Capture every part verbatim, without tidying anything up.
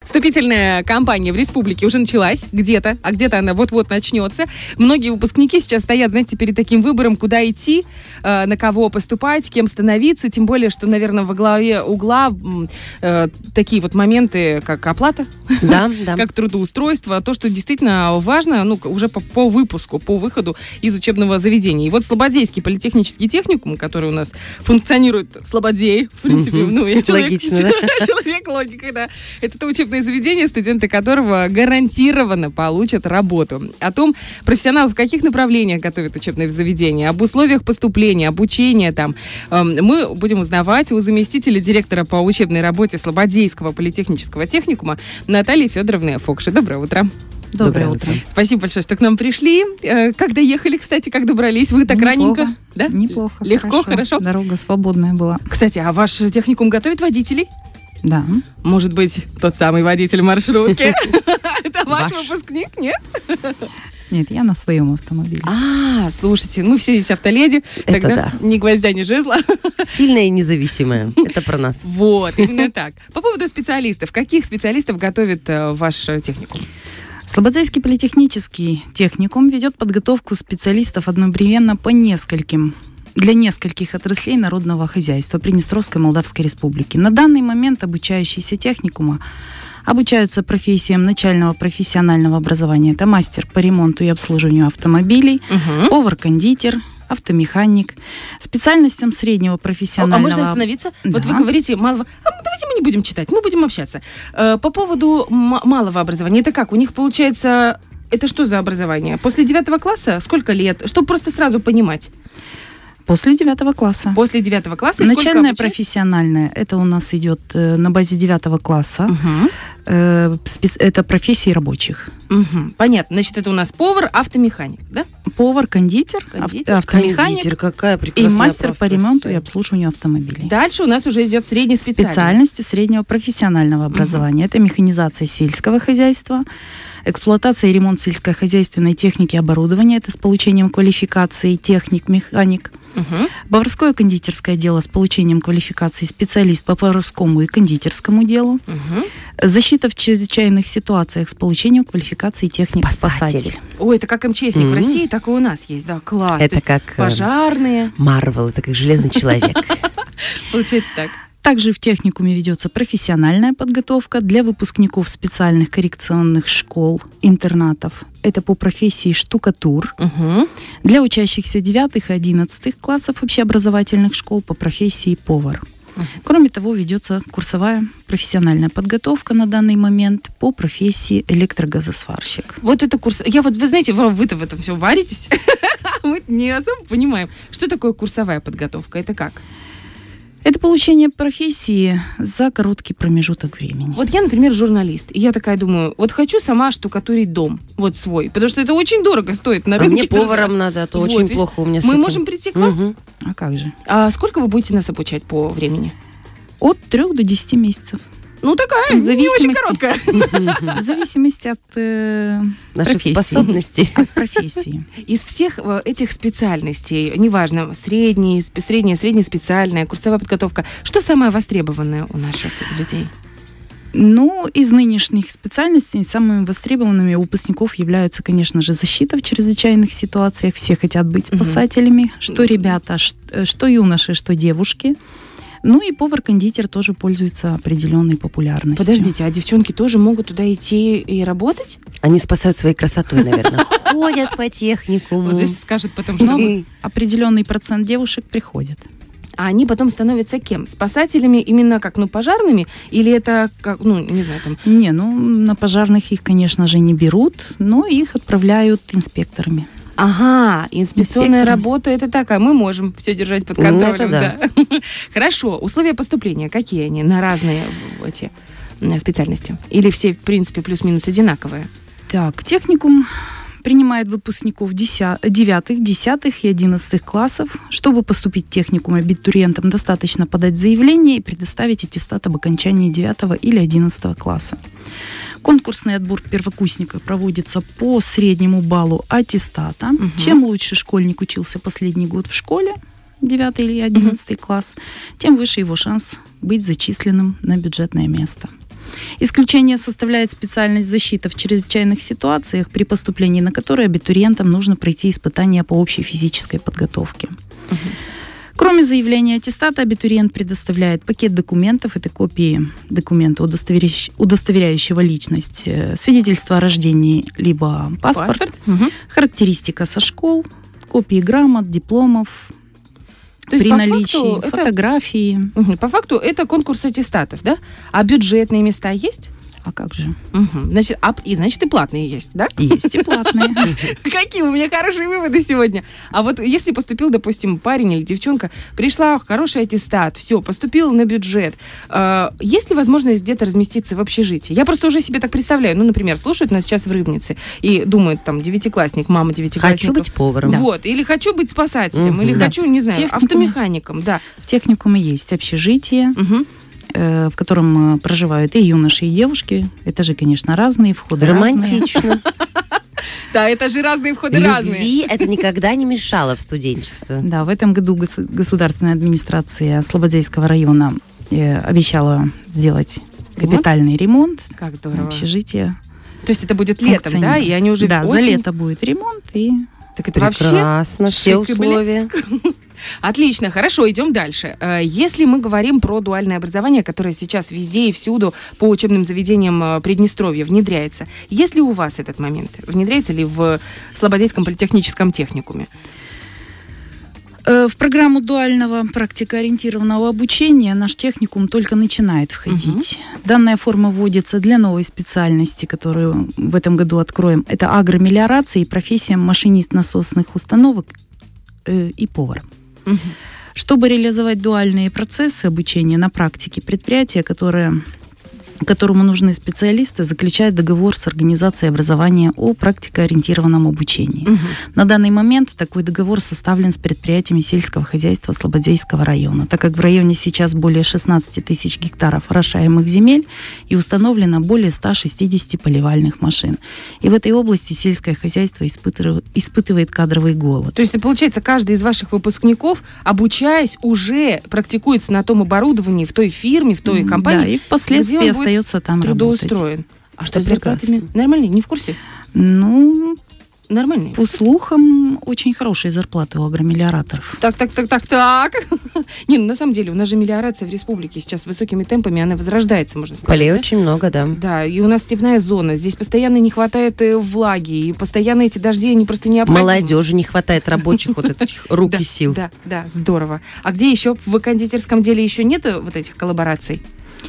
Вступительная кампания в республике уже началась где-то, а где-то она вот-вот начнется. Многие выпускники сейчас стоят, знаете, перед таким выбором, куда идти, э, на кого поступать, кем становиться. Тем более, что, наверное, во главе угла э, такие вот моменты, как оплата, да, да. как трудоустройство, то, что действительно важно, ну, уже по, по выпуску, по выходу из учебного заведения. И вот Слободейский политехнический техникум, который у нас функционирует в Слободее, в принципе, mm-hmm. ну, я человек, Логично, да? человек логика, да. Это то учебное заведение, студенты которого гарантированно получат работу. О том, профессионалы в каких направлениях готовят учебные заведения, об условиях поступления, обучения там, э, мы будем узнавать у заместителя директора по учебной работе Слободейского политехнического техникума Натальи Федоровны Фокши. Доброе утро. Доброе утро. Спасибо большое, что к нам пришли. Как доехали, кстати, как добрались? Вы так Неплохо. раненько? Да? Неплохо. Легко, хорошо. хорошо. Дорога свободная была. Кстати, а ваш техникум готовит водителей? Да. Может быть, тот самый водитель маршрутки? Это ваш выпускник, нет? Нет, я на своем автомобиле. А, слушайте, мы все здесь автоледи. Это тогда да. Ни гвоздя, ни жезла. Сильная и независимая. Это про нас. Вот, именно так. По поводу специалистов. Каких специалистов готовит э, ваш техникум? Слободейский политехнический техникум ведет подготовку специалистов одновременно по нескольким для нескольких отраслей народного хозяйства Приднестровской Молдавской Республики. На данный момент обучающиеся техникума обучаются профессиям начального профессионального образования. Это мастер по ремонту и обслуживанию автомобилей, угу. повар-кондитер, автомеханик, специальностям среднего профессионального... А можно остановиться? Да. Вот вы говорите, малого... А давайте мы не будем читать, мы будем общаться. По поводу м- малого образования, это как? У них получается... Это что за образование? После девятого класса? Сколько лет? Чтобы просто сразу понимать. После девятого класса. После девятого класса? Начальное профессиональное. Это у нас идет э, на базе девятого класса. Угу. Э, спец... Это профессии рабочих. Угу. Понятно. Значит, это у нас повар, автомеханик, да? Повар, кондитер, кондитер. Ав... автомеханик. Кондитер, какая и мастер профессия. по ремонту и обслуживанию автомобилей. Дальше у нас уже идет средний специальный. Специальности среднего профессионального образования. Угу. Это механизация сельского хозяйства, эксплуатация и ремонт сельскохозяйственной техники и оборудования. Это с получением квалификации техник-механик. Угу. Поварское кондитерское дело с получением квалификации специалист по поварскому и кондитерскому делу. Угу. Защита в чрезвычайных ситуациях с получением квалификации техник-спасатель. Ой, это как МЧСник mm-hmm. в России, так и у нас есть, да, класс. Это как пожарные. Марвел, это как Железный человек. Получается так. Также в техникуме ведется профессиональная подготовка для выпускников специальных коррекционных школ, интернатов. Это по профессии штукатур. Угу. Для учащихся девятых и одиннадцатых классов общеобразовательных школ по профессии повар. Угу. Кроме того, ведется курсовая профессиональная подготовка на данный момент по профессии электрогазосварщик. Вот это курс. Я вот, вы знаете, вы, вы-то в этом все варитесь, мы не особо понимаем, что такое курсовая подготовка. Это как? Это получение профессии за короткий промежуток времени. Вот я, например, журналист, и я такая думаю, вот хочу сама штукатурить дом, вот свой, потому что это очень дорого стоит на рынке. А мне поваром надо, а то вот, очень видишь, плохо у меня с мы этим. можем прийти к вам? Угу. А как же? А сколько вы будете нас обучать по времени? От трех до десяти месяцев. Ну, такая, в не очень короткая. В зависимости от э, наших профессии. способностей. От профессии. Из всех этих специальностей, неважно, средняя, средняя, среднеспециальная, курсовая подготовка, что самое востребованное у наших людей? Ну, из нынешних специальностей самыми востребованными у выпускников являются, конечно же, защита в чрезвычайных ситуациях. Все хотят быть спасателями. Угу. Что ребята, что, что юноши, что девушки. Ну и повар-кондитер тоже пользуется определенной популярностью. Подождите, а девчонки тоже могут туда идти и работать? Они спасают своей красотой, наверное. Ходят по техникуму. Вот здесь скажут потом, что... Но определенный процент девушек приходит. А они потом становятся кем? Спасателями именно как, ну, пожарными? Или это, как, ну, не знаю, там... Не, ну, на пожарных их, конечно же, не берут, но их отправляют инспекторами. Ага, инспекционная работа, это такая, мы можем все держать под контролем. Ну, да. Да. Хорошо, условия поступления, какие они на разные эти специальности? Или все, в принципе, плюс-минус одинаковые? Так, техникум принимает выпускников девятых, десятых и одиннадцатых классов. Чтобы поступить в техникум, абитуриентам достаточно подать заявление и предоставить аттестат об окончании девятого или одиннадцатого класса. Конкурсный отбор первокурсника проводится по среднему баллу аттестата. Угу. Чем лучше школьник учился последний год в школе, девятый или одиннадцатый угу. класс, тем выше его шанс быть зачисленным на бюджетное место. Исключение составляет специальность защита в чрезвычайных ситуациях, при поступлении на которые абитуриентам нужно пройти испытания по общей физической подготовке. Угу. Кроме заявления аттестата, абитуриент предоставляет пакет документов. Это копии документа, удостоверяющего, удостоверяющего личность, свидетельство о рождении, либо паспорт, паспорт? Угу. Характеристика со школ, копии грамот, дипломов. То при наличии факту фотографии. Это, по факту это конкурс аттестатов, да? А бюджетные места есть? А как же? Угу. Значит, а, и значит, и платные есть, да? Есть и платные. Какие у меня хорошие выводы сегодня. А вот если поступил, допустим, парень или девчонка, пришла хороший аттестат, все, поступил на бюджет, э, есть ли возможность где-то разместиться в общежитии? Я просто уже себе так представляю. Ну, например, слушают нас сейчас в Рыбнице и думают, там, девятиклассник, мама девятиклассников. Хочу быть поваром. Вот. Или хочу быть спасателем, угу. или да. хочу, не знаю, техникум, автомехаником. Да. В техникуме есть общежитие. Угу. В котором проживают и юноши, и девушки. Этажи, конечно, разные, входы романтично. разные. Да, этажи разные, входы разные. Любви это никогда не мешало в студенчестве. Да, в этом году государственная администрация Слободейского района обещала сделать капитальный ремонт. Как здорово. Общежитие. То есть это будет летом, да? И они уже Да, за лето будет ремонт. И... Так это прекрасно, вообще все условия. Отлично, хорошо, идем дальше. Если мы говорим про дуальное образование, которое сейчас везде и всюду по учебным заведениям Приднестровья внедряется, есть ли у вас этот момент? Внедряется ли в Слободейском политехническом техникуме? В программу дуального практикоориентированного обучения наш техникум только начинает входить. Угу. Данная форма вводится для новой специальности, которую в этом году откроем. Это агромелиорация и профессия машинист насосных установок э, и повар. Угу. Чтобы реализовать дуальные процессы обучения на практике, предприятия, которые... которому нужны специалисты, заключают договор с организацией образования о практикоориентированном обучении. Угу. На данный момент такой договор составлен с предприятиями сельского хозяйства Слободейского района, так как в районе сейчас более шестнадцать тысяч гектаров орошаемых земель и установлено более ста шестидесяти поливальных машин. И в этой области сельское хозяйство испытывает, испытывает кадровый голод. То есть, получается, каждый из ваших выпускников, обучаясь, уже практикуется на том оборудовании, в той фирме, в той компании. Да, и впоследствии остается там трудоустроен. работать. А что с зарплатами? Нормальные? Не в курсе? Ну, нормальные. По слухам, очень хорошие зарплаты у агромелиораторов. Так, так, так, так, так. Не, ну на самом деле, у нас же мелиорация в республике сейчас высокими темпами, она возрождается, можно сказать. Полей да? очень много, да. Да, и у нас степная зона, здесь постоянно не хватает влаги, и постоянно эти дожди, они просто необходимы. Молодежи не хавает рабочих вот этих рук и сил. Да, да, здорово. А где еще в кондитерском деле еще нет вот этих коллабораций?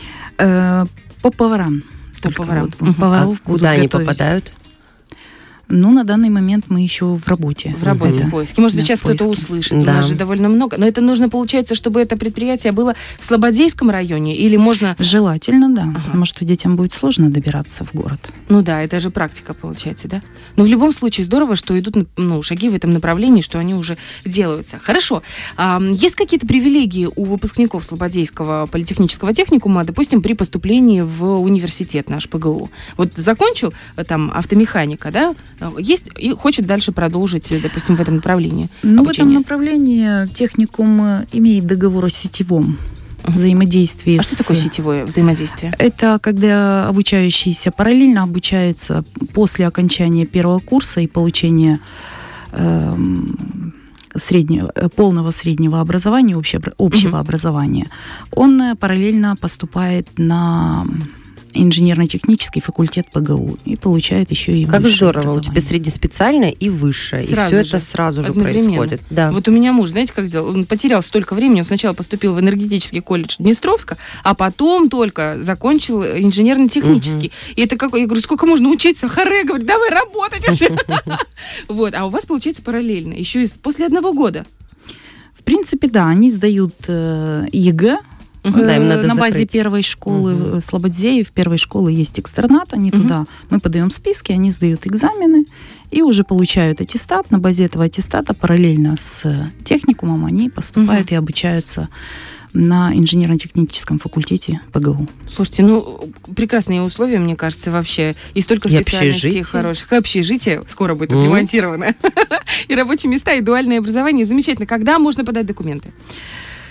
По поварам. По поварам. Вот, поваров а куда они попадают? Ну, на данный момент мы еще в работе. В работе, да. в поиске. Может быть, да, сейчас кто-то услышит. Да. У нас же довольно много. Но это нужно, получается, чтобы это предприятие было в Слободейском районе? Или можно... Желательно, да. Ага. Потому что детям будет сложно добираться в город. Ну да, это же практика, получается, да? Но в любом случае здорово, что идут ну, шаги в этом направлении, что они уже делаются. Хорошо. А, есть какие-то привилегии у выпускников Слободейского политехнического техникума, допустим, при поступлении в университет наш ПГУ? Вот закончил там автомеханика, да? Есть и хочет дальше продолжить, допустим, в этом направлении Ну, обучение. в этом направлении техникум имеет договор о сетевом взаимодействии. А с... что такое сетевое взаимодействие? Это когда обучающиеся параллельно обучаются после окончания первого курса и получения э, среднего, полного среднего образования, общего, общего uh-huh. образования. Он параллельно поступает на инженерно-технический факультет ПГУ и получает еще и как высшее здорово, у тебя среднеспециальное и высшее, сразу и все же, это сразу же одновременно. происходит. Да. Вот у меня муж, знаете, как сделал? Он потерял столько времени, он сначала поступил в энергетический колледж Днестровска, а потом только закончил инженерно-технический. Угу. И это как, я говорю, сколько можно учиться? Харе, говорит, давай работать уже. Вот, а у вас получается параллельно, еще и после одного года. В принципе, да, они сдают ЕГЭ. Uh-huh. Да, им надо на базе закрыть. первой школы uh-huh. Слободеи, в первой школе есть экстернат, они uh-huh. туда, мы подаем списки, они сдают экзамены и уже получают аттестат. На базе этого аттестата параллельно с техникумом они поступают uh-huh. и обучаются на инженерно-техническом факультете ПГУ. Слушайте, ну, прекрасные условия, мне кажется, вообще. И столько и специальностей общежитие. хороших. И общежитие скоро будет Mm. отремонтировано. И рабочие места, и дуальное образование. Замечательно. Когда можно подать документы?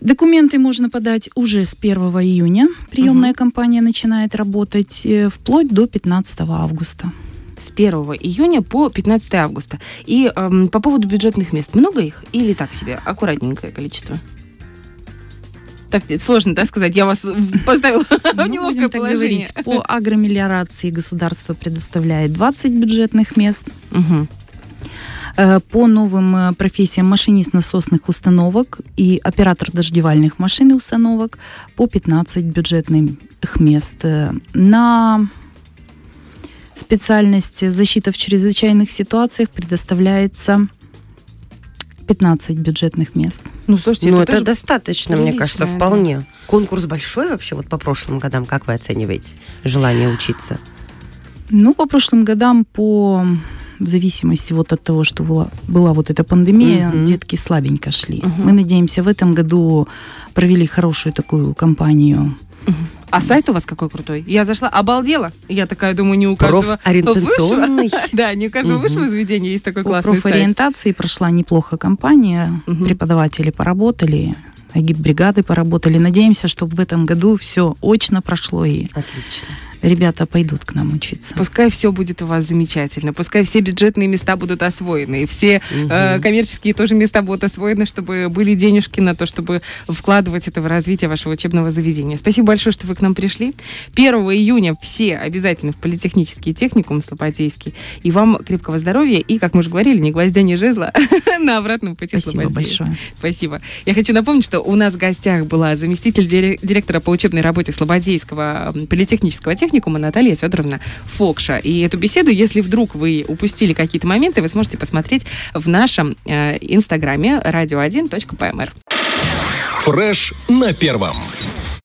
Документы можно подать уже с первого июня. Приемная угу. кампания начинает работать вплоть до пятнадцатого августа. С первого июня по пятнадцатого августа. И эм, по поводу бюджетных мест. Много их или так себе? Аккуратненькое количество? Так сложно, да, сказать? Я вас поставила в неловкое положение. По агромелиорации государство предоставляет двадцать бюджетных мест. Угу. По новым профессиям машинист насосных установок и оператор дождевальных машин и установок по пятнадцать бюджетных мест. На специальность защита в чрезвычайных ситуациях предоставляется пятнадцать бюджетных мест. Ну, слушайте, ну, это, это достаточно, мне кажется, вполне. Да. Конкурс большой вообще вот по прошлым годам. Как вы оцениваете желание учиться? Ну, по прошлым годам, по... в зависимости вот от того, что была, была вот эта пандемия, uh-huh. детки слабенько шли. Uh-huh. Мы надеемся, в этом году провели хорошую такую кампанию. Uh-huh. А сайт у вас какой крутой? Я зашла, обалдела. Я такая думаю, не у каждого профориентационный. Да, не у каждого высшего заведения есть такой классный сайт. По профориентации прошла неплохо кампания. Преподаватели поработали, агитбригады поработали. Надеемся, чтобы в этом году все очно прошло и отлично. Ребята пойдут к нам учиться. Пускай все будет у вас замечательно. Пускай все бюджетные места будут освоены. И все угу. э, коммерческие тоже места будут освоены, чтобы были денежки на то, чтобы вкладывать это в развитие вашего учебного заведения. Спасибо большое, что вы к нам пришли. первого июня все обязательно в политехнический техникум Слободейский. И вам крепкого здоровья. И, как мы уже говорили, ни гвоздя, ни жезла на обратном пути Спасибо большое. Спасибо. Я хочу напомнить, что у нас в гостях была заместитель директора по учебной работе Слободейского политехнического техникума Наталья Федоровна Фокша. И эту беседу, если вдруг вы упустили какие-то моменты, вы сможете посмотреть в нашем э, инстаграме радио один точка пэ эм эр. Фреш на первом.